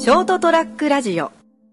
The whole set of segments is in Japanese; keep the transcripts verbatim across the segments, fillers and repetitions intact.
ショートトラックラジオ。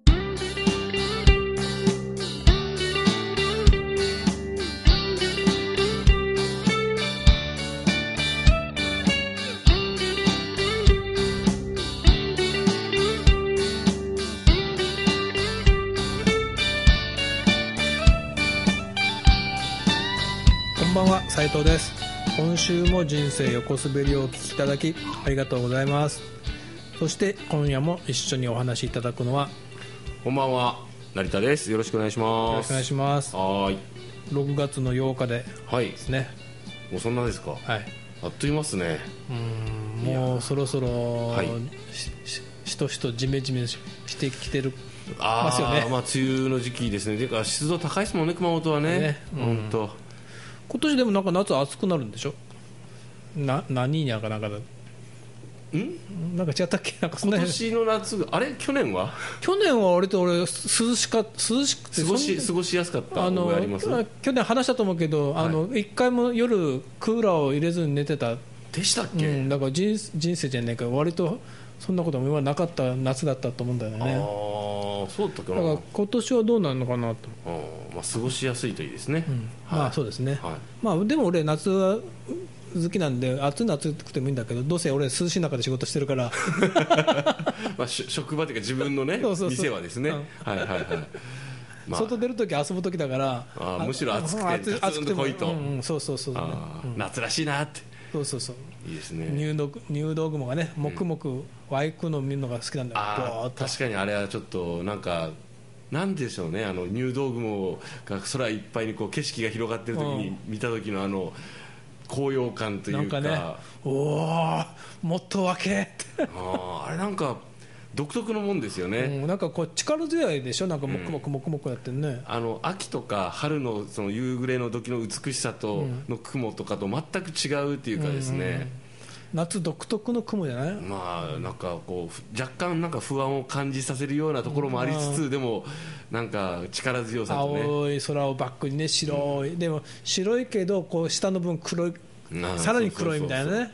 こんばんは、斉藤です。今週も人生横滑りをお聞きいただきありがとうございます。そして今夜も一緒にお話しいただくのは、 こんばんは、成田です。よろしくお願いします。 よろしくお願いします。 はい、 ろくがつのようかでですね、 はい、もうそんなですか。 はい、 あっという間ですね。 うーん、もうそろそろ、はい、しししとしとジメジメしてきてるあますよね。 まあ、梅雨の時期ですね。てか湿度高いですもんね、熊本はね。 ね、うん、 本当。 今年でもなんか夏暑くなるんでしょ。な何にゃかなんかだ。んなんか違ったっけ。なんかそんな今年の夏、あれ去年は去年は割と俺涼しか涼しくて過ごし過ごしやすかった覚えあります？ 去年話したと思うけど、はい、あの一回も夜クーラーを入れずに寝てたでしたっけ、 うん、だから人人生じゃないか割とそんなことも今なかった夏だったと思うんだよね。 ああ、そうだったかな。 だから今年はどうなるのかなと。 あ、まあ、過ごしやすいといいですね、うん、 はい、まあそうですね、 はい、 まあ、でも俺夏は好きなんで暑いの暑くてもいいんだけど、どうせ俺涼しい中で仕事してるからまあ職場というか自分のねそうそうそう店はですね、うん、はいはいはい、 まあ、外出るとき遊ぶときだから、 ああむしろ暑くてガツンと来いと、 うんうん、そうそうそう、ね、 うん、夏らしいなって。 そうそうそう、 いいですね。 入道入道雲がねもくもく湧くのを見るのが好きなんだよ、 うん、あ確かにあれはちょっとなんかなんでしょうね、あの入道雲が空いっぱいにこう景色が広がってる時に見た時のあの高揚感というか、 なんかね、おーもっと分けってあ, あれなんか独特のもんですよね、 うん、なんかこう力強いでしょ、なんかもくもくもくもくやってるね、うん、 あの秋とか春 の, その夕暮れの時の美しさとの雲とかと全く違うっていうかですね、うんうん、 夏独特の雲じゃない？ まあなんかこう若干なんか不安を感じさせるようなところもありつつ、うん、でもなんか力強さとね、 青い空をバックにね白い、うん、でも白いけどこう下の分黒い、さらに黒いみたいなね、そうそうそう、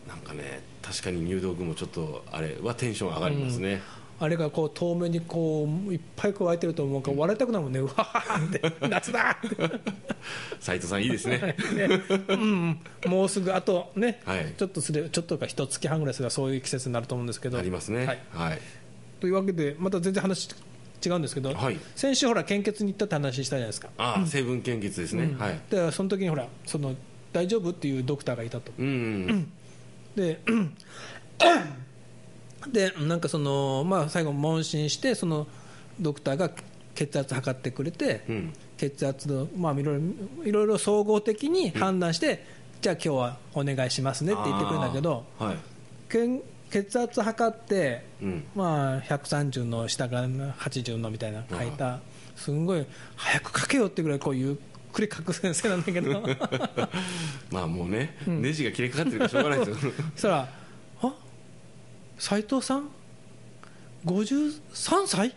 なんかね確かに入道雲ちょっとあれはテンション上がりますね、 うん、あれがこう遠目にこういっぱいこう湧いてると思うから笑いたくなるもんね、うわーって夏だって斉藤さんいいですねね、 うん、もうすぐあとね、 はい、 ちょっとすれちょっとか一月半ぐらいすればそういう季節になると思うんですけど、 ありますね、はいはい、 というわけでまた全然話違うんですけど、はい、先週ほら献血に行ったって話したじゃないですか。 ああ、成分献血ですね、うん、はい、 でその時にほらその大丈夫っていうドクターがいたと、うんうん、ででなんかその、まあ、最後問診してそのドクターが血圧測ってくれて、うん、血圧の、まあ、いろいろいろいろ総合的に判断して、うん、じゃあ今日はお願いしますねって言ってくれるんだけど、はい、血圧測って、うんまあ、ひゃくさんじゅうの下がはちじゅうのみたいな書いた、すんごい早く書けよってぐらいこうゆっくり書く先生なんだけどまあもうね、うん、ネジが切れかかってるからしょうがないですよそしたらあ斉藤さんごじゅうさんさいって、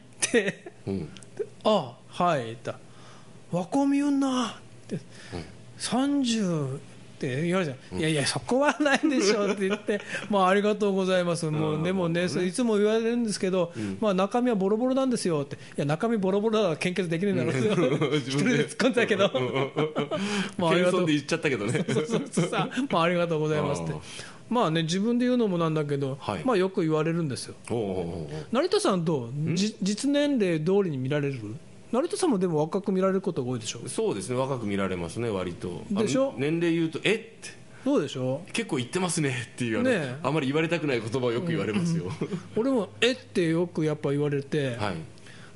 うん、ああはいって若見ゆんなって、うん、さんじゅうって言われて、うん、いやいやそこはないでしょって言ってまあありがとうございますもうでもね、ねいつも言われるんですけど、うんまあ、中身はボロボロなんですよって、いや中身ボロボロだから献血できるんだろうって一人で突っ込んだけどまあありがとうで言っちゃったけどねそうそうそうさまあありがとうございますってまあね自分で言うのもなんだけど、はい、まあよく言われるんですよ。おうおうおう成田さんどう実年齢通りに見られる？成田さんもでも若く見られることが多いでしょ。 そうですね、若く見られますね割と。 でしょ。 年齢言うとえってそうでしょ、 結構言ってますねっていう、ね、あまり言われたくない言葉をよく言われますよ、うんうん、 俺もえってよくやっぱ言われて、はい、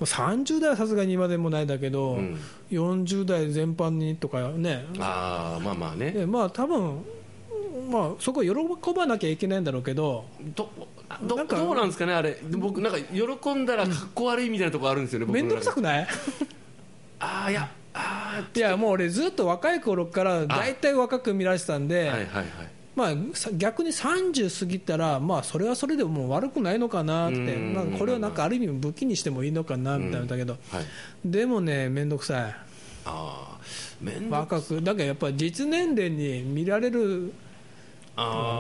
さんじゅう代はさすがに今でもないだけど、うん、よんじゅう代全般にとかね、 あまあまあね、 まあ多分まあ、そこ喜ばなきゃいけないんだろうけどど, ど, なんどうなんですかねあれ。僕なんか喜んだらかっこ悪いみたいなところあるんですよね、僕の中で。 面倒くさくないああいやあいやもう俺ずっと若い頃から大体若く見られてたんで、はいはいはい、まあ、逆にさんじゅう過ぎたら、まあ、それはそれでもう悪くないのかなって、なんかこれはなんかある意味武器にしてもいいのかなみたいなんだけど、はい、でもね面倒くさい。あ面倒くさい若くだからやっぱり実年齢に見られるあ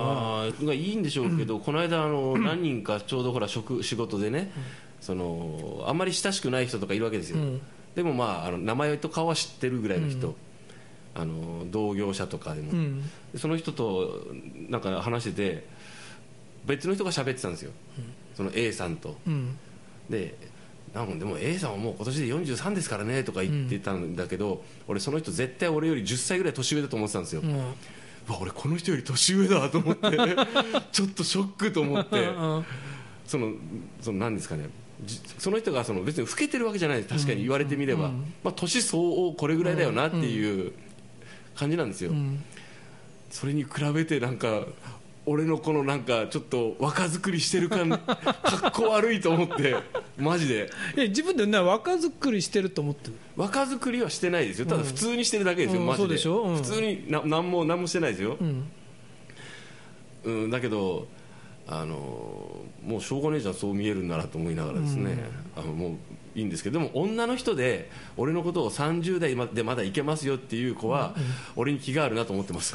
がいいんでしょうけど、うん、この間あの、うん、何人かちょうどほら職仕事でね、うん、そのあんまり親しくない人とかいるわけですよ、うん、でも、まあ、あの名前と顔は知ってるぐらいの人、うん、あの同業者とかでも、うん、その人となんか話してて別の人が喋ってたんですよ、うん、その A さんと、うん、でなんかでも A さんはもう今年でよんじゅうさんですからねとか言ってたんだけど、うん、俺その人絶対俺よりじゅっさいぐらい年上だと思ってたんですよ、うん、うわ俺この人より年上だと思ってちょっとショックと思ってそのその何ですかね、その人がその別に老けてるわけじゃないです、確かに言われてみれば、うん、まあ、年相応これぐらいだよなっていう感じなんですよ、うん、それに比べてなんか俺のこのなんかちょっと若作りしてる感かっこ悪いと思ってマジで自分でね若作りしてると思ってる。 若作りはしてないですよ、ただ普通にしてるだけですよ、うん、マジで、そうでしょ、うん、普通にな何も何もしてないですよ、うんうん、だけどあのもうしょうがねえじゃんそう見えるんならと思いながらですね、うん、あのもういいんですけど、でも女の人で俺のことをさんじゅう代でまだいけますよっていう子は、うん、俺に気があるなと思ってます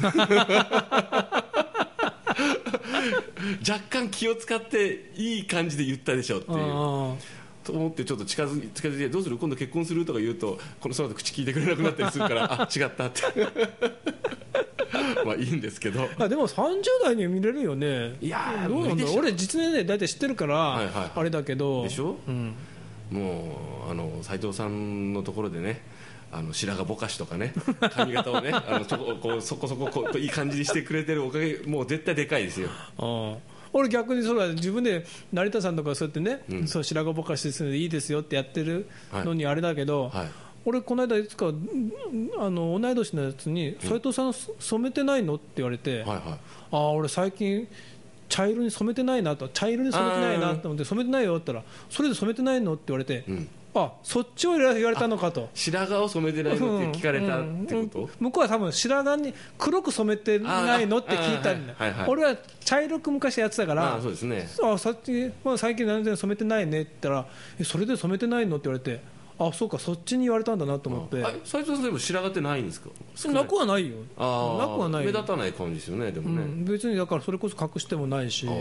若干気を使っていい感じで言ったでしょっていうと思ってちょっと近づ近づいてどうする今度結婚するとか言うとこのその後口聞いてくれなくなったりするからあ違ったってまあいいんですけど、 あでもさんじゅう代に見れるよね。 いやどうなんだろう、俺実年齢大体知ってるから、はいはいはい、あれだけどでしょ、うん、もうあの斉藤さんのところでねあの白髪ぼかしとかね髪型をねあのちょここうそこそここういい感じにしてくれてるおかげもう絶対でかいですよ。あ俺逆にそれは自分で成田さんとかそうやってね、うん、そう白髪ぼかしですのでいいですよってやってるのにあれだけど、はいはい、俺この間いつかあの同い年のやつに斉藤さん染めてないのって言われて、はいはい、ああ俺最近茶色に染めてないなと茶色に染めてないなと思って染めてないよって言ったらそれで染めてないのって言われて、うん、あそっちを言われたのかと。 白髪を染めてないのって聞かれたってこと、うんうん、 向こうは多分白髪に黒く染めてないのって聞いたんだ、はいはいはい、俺は茶色く昔やってたからあそうですね、あさっき、まあ、最近全然染めてないねって言ったらえそれで染めてないのって言われてあそうかそっちに言われたんだなと思って。 斉藤さんでも白髪ってないんですか。 なくはないよ。 あなくはない目立たない感じですよねでもね、うん、 別にだからそれこそ隠してもないし、うん、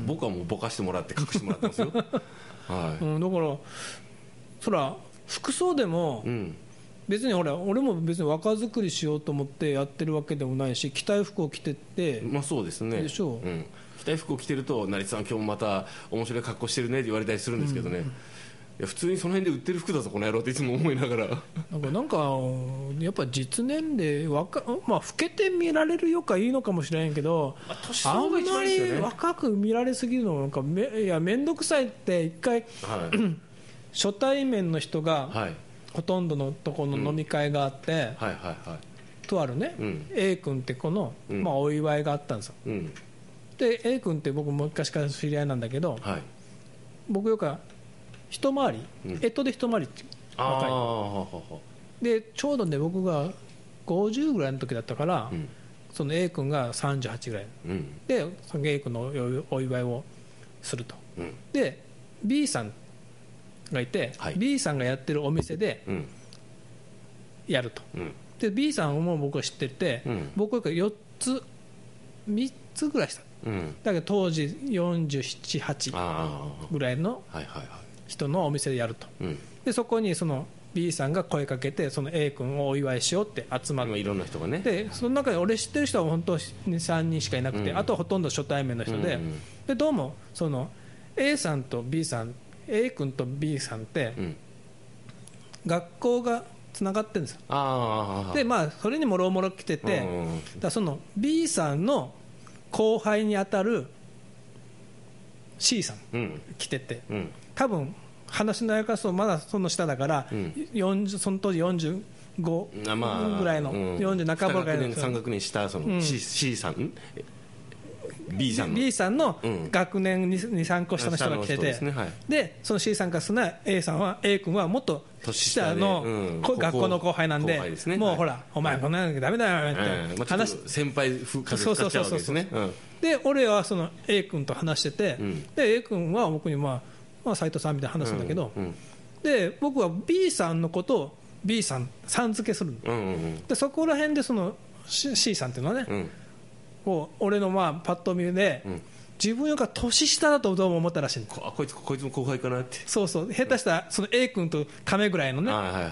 僕はもうぼかしてもらって隠してもらってますよ、はいうん、だからそら服装でも、うん、別にほら俺も別に若作りしようと思ってやってるわけでもないし着たい服を着てって、 まあそうですねでしょう、 うん、着たい服を着てると成田さん今日もまた面白い格好してるねって言われたりするんですけどね、うん、いや普通にその辺で売ってる服だぞこの野郎っていつも思いながらなんかなんかやっぱ実年齢若、まあ、老けて見られるよかいいのかもしれないけど、まあ、年相が一番いいですよね。あんまり若く見られすぎるのなんかめいや面倒くさいって一回、はい初対面の人が、はい、ほとんどのところの飲み会があって、うんはいはいはい、とあるね、うん、A 君って子の、うんまあ、お祝いがあったんですよ、うん、で A 君って僕昔から知り合いなんだけど、はい、僕よく一回り、うん、干支で一回りっていう若いあでちょうどね僕がごじゅうぐらいの時だったから、うん、その A 君がさんじゅうはちぐらい、うん、でその A 君のお祝いをすると、うん、で B さんがいて、はい、B さんがやってるお店でやると、うん、で B さんも僕は知ってて、うん、僕がよっつみっつぐらいした、うん、だけど当時よんじゅうなな、はちぐらいの人のお店でやると、はいはいはい、でそこにその B さんが声かけてその A 君をお祝いしようって集まって、 いろんな人がねでその中で俺知ってる人は本当にさんにんしかいなくて、うん、あとはほとんど初対面の人で、うん、でどうもその A さんと B さんA 君と B さんって、うん、学校がつながってるんですよ。あでまあそれにもろもろ来てて、うん、だその B さんの後輩にあたる C さん、うん、来てて、うん、多分話のやかそうまだその下だから、うん、よんじゅうその当時よんじゅうごぐらいの、まあうん、よんじゅう半ばぐらいのさん学年下その C,、うん、C さんB さんの B さんの学年に、さんこ下の人が来てて、で、ねはい、でその C さんからするな A さんは A 君はもっと下の、うん、学校の後輩なんで、ね、もうほら、はい、お前こんなのダメだよって話、 まあ、先輩風風使っちゃうわけですね。 で俺はその A 君と話してて、うん、で A 君は僕に、まあまあ、斉藤さんみたいな話すんだけど、うんうん、で僕は B さんのことを B さんさん付けするの、うんうんうん、でそこら辺でその C, C さんっていうのはね、うんこう俺のまあパッと見で、うん、自分よりか年下だとどうも思ったらしいんだ。 こ, こいつこいつも後輩かなって。 そうそう、下手したらその A 君と亀ぐらいのね、はいはいはい、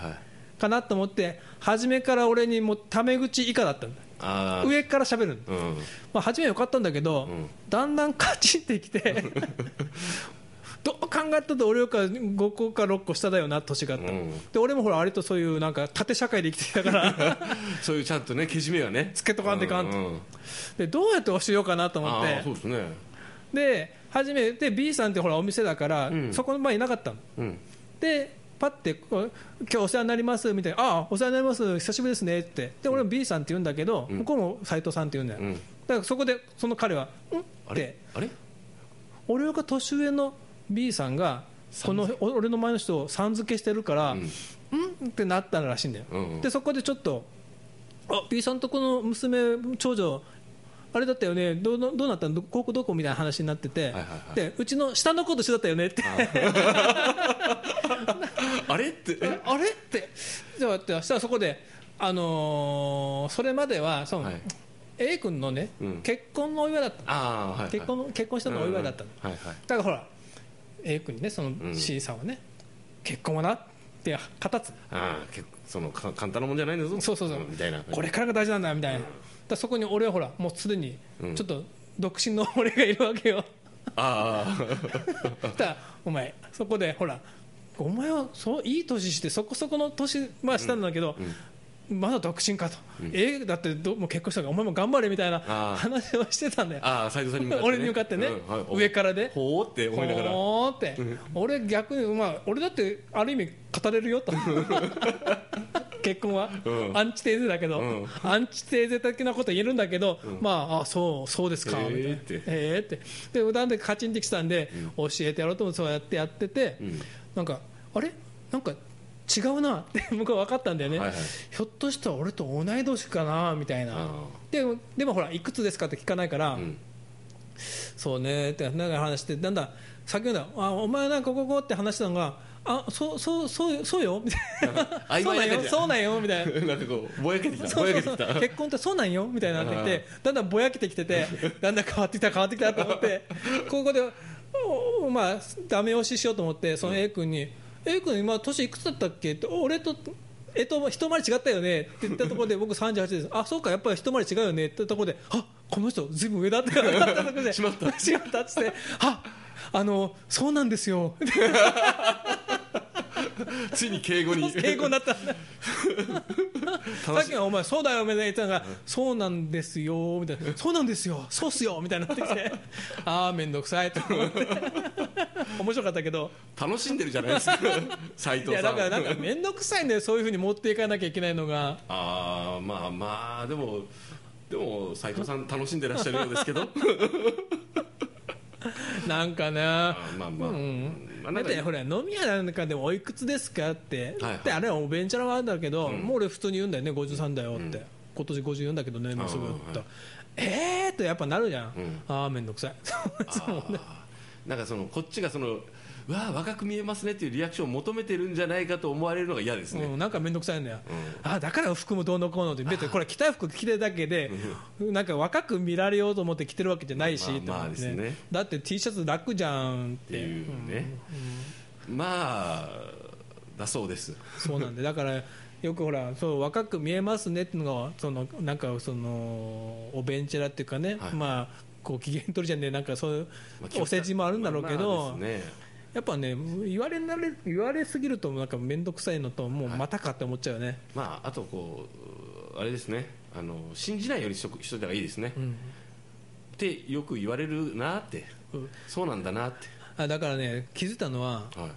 かなと思って初めから俺にもタメ口以下だったんだ。あ上から喋る、うんまあ、初めは良かったんだけど、うん、だんだんカチンってきてどう考えたと俺よりかごこかろっこ下だよな年があった、うん、で俺もほら割とそういうなんか縦社会で生きてきたからそういうちゃんとねけじめはねつけとかんといかんと、うんうん、でどうやって教えようかなと思って。 そうですね。 で初めて B さんってほらお店だから、うん、そこの前いなかったの、うん、でパッて今日お世話になりますみたいな、ああお世話になります久しぶりですねって、で俺も B さんって言うんだけど、うん、向こうも斉藤さんって言うんだよ、うん、だからそこでその彼はんってあれあれ俺よりか年上の B さんがこの俺の前の人をさん付けしてるから、うん、んってなったらしいんだよ、うんうん、でそこでちょっとあ B さんとこの娘長女あれだったよね、どうどうなったの、高校どこみたいな話になってて、はいはいはい、でうちの下の子と一緒だったよねってあれってあれってじゃあそしたらそこで、あのー、それまではその、はい、A 君のね、うん、結婚のお祝いだったの、あ、はいはい、結婚結婚したのお祝いだったの、うんはいはい、だからほら A 君にねその C さんはね、うん、結婚はなって語つあそのか簡単なもんじゃないんだぞ、 そうそうそう、みたいな、これからが大事なんだみたいな、うん、だそこに俺はほらもうすでにちょっと独身の俺がいるわけよ、うん、ああだお前そこでほらお前はそういい年してそこそこの年はしたんだけど、うんうん、まだ独身かと、うん、えだってどもう結婚したからお前も頑張れみたいな話をしてたんだよ、 ああ斉藤さんに向かって、ね、 俺に向かってね、うんはい、上からでほーって思いながらほーって俺逆に、まあ、俺だってある意味語れるよと結婚は、うん、アンチテーゼだけど、うん、アンチテーゼ的なこと言えるんだけど、うん、まあ、あそうそうですか、えー、みたいなって、えー、ってでうだんでカチンってきたんで、うん、教えてやろうと思ってそうやってやってて、うん、なんかあれなんか違うなって僕は分かったんだよね、はいはい、ひょっとしたら俺と同い年かなみたいな、で, でもほらいくつですかって聞かないから、うん、そうねってなんか話してだんだん先ほどあお前なんかここって話したのがあそうそうそうそうよみたいなそうなんよそうなんよみたいななんかこうぼやけてきたそうそうそう結婚ってそうなんよみたいになってきてだんだんぼやけてきててだんだん変わってきた変わってきたと思ってここでまあダメ押ししようと思ってその A 君に A 君今年いくつだったっけって俺とえっと一回り違ったよねって言ったところで僕さんじゅうはちですあそうかやっぱり一回り違うよねって言ったところであこの人ずいぶん上だって分かったところでしまったしまったっつってああのそうなんですよついに敬語に敬語になったんださっきはお前そうだよみたいな言ってたのが、うん、そうなんですよみたいなそうなんですよそうっすよみたいになってきてああ面倒くさいと思って面白かったけど楽しんでるじゃないですか斉藤さん。いやだからなんか面倒くさいんだよそういう風に持っていかなきゃいけないのが。 ああまあまあでもでも斉藤さん楽しんでらっしゃるようですけどなんかねあまあまあ、うんだってほら飲み屋なんかでもおいくつですかって、はいはい、であれはおベンチャラはあるんだけど、うん、もう俺普通に言うんだよねごじゅうさんだよって、うん、今年ごじゅうよんだけどねもうすぐって、はい、えーってやっぱなるじゃん、うん、ああ面倒くさいなんかそのこっちがそのうわ若く見えますねっていうリアクションを求めてるんじゃないかと思われるのが嫌ですね、 うん、なんか面倒くさいんだよ、うん、あだから服もどうのこうのって別にこれ着たい服着てるだけでなんか若く見られようと思って着てるわけじゃないし、まあまあですね、だって T シャツ楽じゃんっていうね、 うん、まあだそうです。 そうなんでだからよくほらそう若く見えますねっていうのがそのなんかそのおベンチャラっていうかね、はい、まあこう機嫌取りじゃねなんかそういうお世辞もあるんだろうけど、まあまあですねやっぱね言われなれ言われすぎるとなんか面倒くさいのともうまたかって思っちゃうよね、はい、 まああとこうあれですねあの信じないようにしといた方がいいですね、うん、ってよく言われるなって、うん、そうなんだなってあだからね気づいたのは、はい、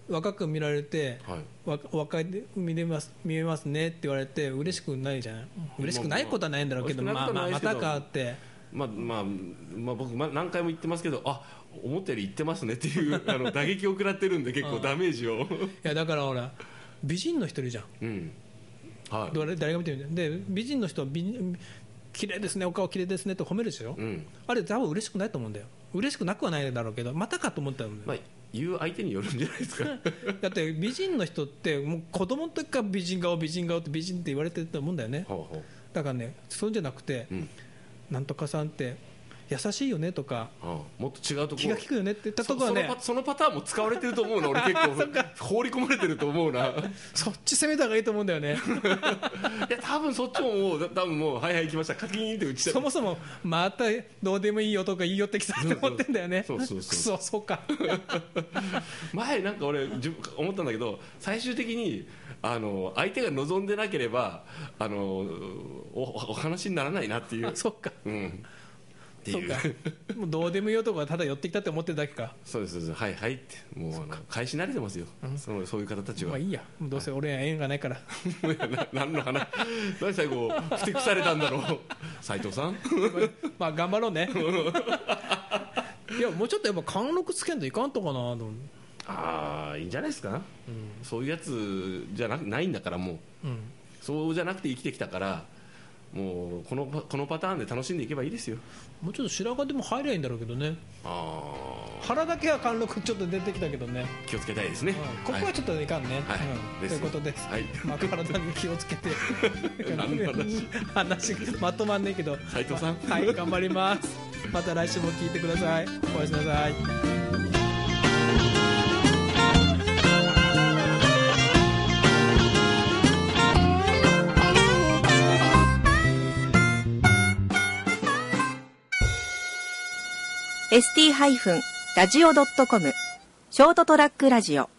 若く見られて、はい、若い見れます見えますねって言われて嬉しくないじゃない嬉しくないことはないんだろうけど、まあまあ、まあまたかってまあまあまあ、僕何回も言ってますけどあ思ったより言ってますねっていうあの打撃を食らってるんで結構ダメージをいやだからほら美人の一人じゃん、うんはい、誰, 誰が見てるんで美人の人は美綺麗ですねお顔綺麗ですねって褒めるでしょ、うん、あれ多分嬉しくないと思うんだよ嬉しくなくはないだろうけどまたかと思ったんだよ、 まあ、言う相手によるんじゃないですかだって美人の人ってもう子供の時から美人顔美人顔って美人って言われてると思うんだよねほうほうだからねそうじゃなくて、うんなんとかさんって優しいよねとか、 うん、もっと違うところ気が利くよねって言ったところはね、 そ, そ, のパそのパターンも使われてると思うな俺結構放り込まれてると思うなそっち攻めた方がいいと思うんだよねいや多分そっちももう多分もうはいはい行きましたカキーンって打ちたいそもそもまたどうでもいいよとかいいよってきたって思ってんだよね。 そうそうそうそうくそそうか前なんか俺自分思ったんだけど最終的にあの相手が望んでなければあの お, お話にならないなっていうそっか、 うんっていうそうかもうどうでもいいよとかただ寄ってきたって思ってるだけか。 そうですそうですはいはいってもうあの返し慣れてますよ、うん、そのそういう方たちは。 まあいいやどうせ俺は縁がないからな何の話何最後ふてくされたんだろう斉藤さんまあ頑張ろうねいやもうちょっとやっぱ貫禄つけんといかんとかなと思う。 ああいいんじゃないですか、うん、そういうやつじゃなないんだからもう、うん、そうじゃなくて生きてきたからもうこのこのパターンで楽しんでいけばいいですよ。もうちょっと白髪でも入りゃいいんだろうけどね。 あ腹だけは貫禄ちょっと出てきたけどね。 気をつけたいですね、 うん、ここはちょっといかんね、 はいうん、ということです、 はいまあ、体に気をつけて何の話話まとまんねえけど斉藤さん、 まはい頑張ります。また来週も聞いてください。おやすみなさい。 エスティー ラジオ ドットコム ショートトラックラジオ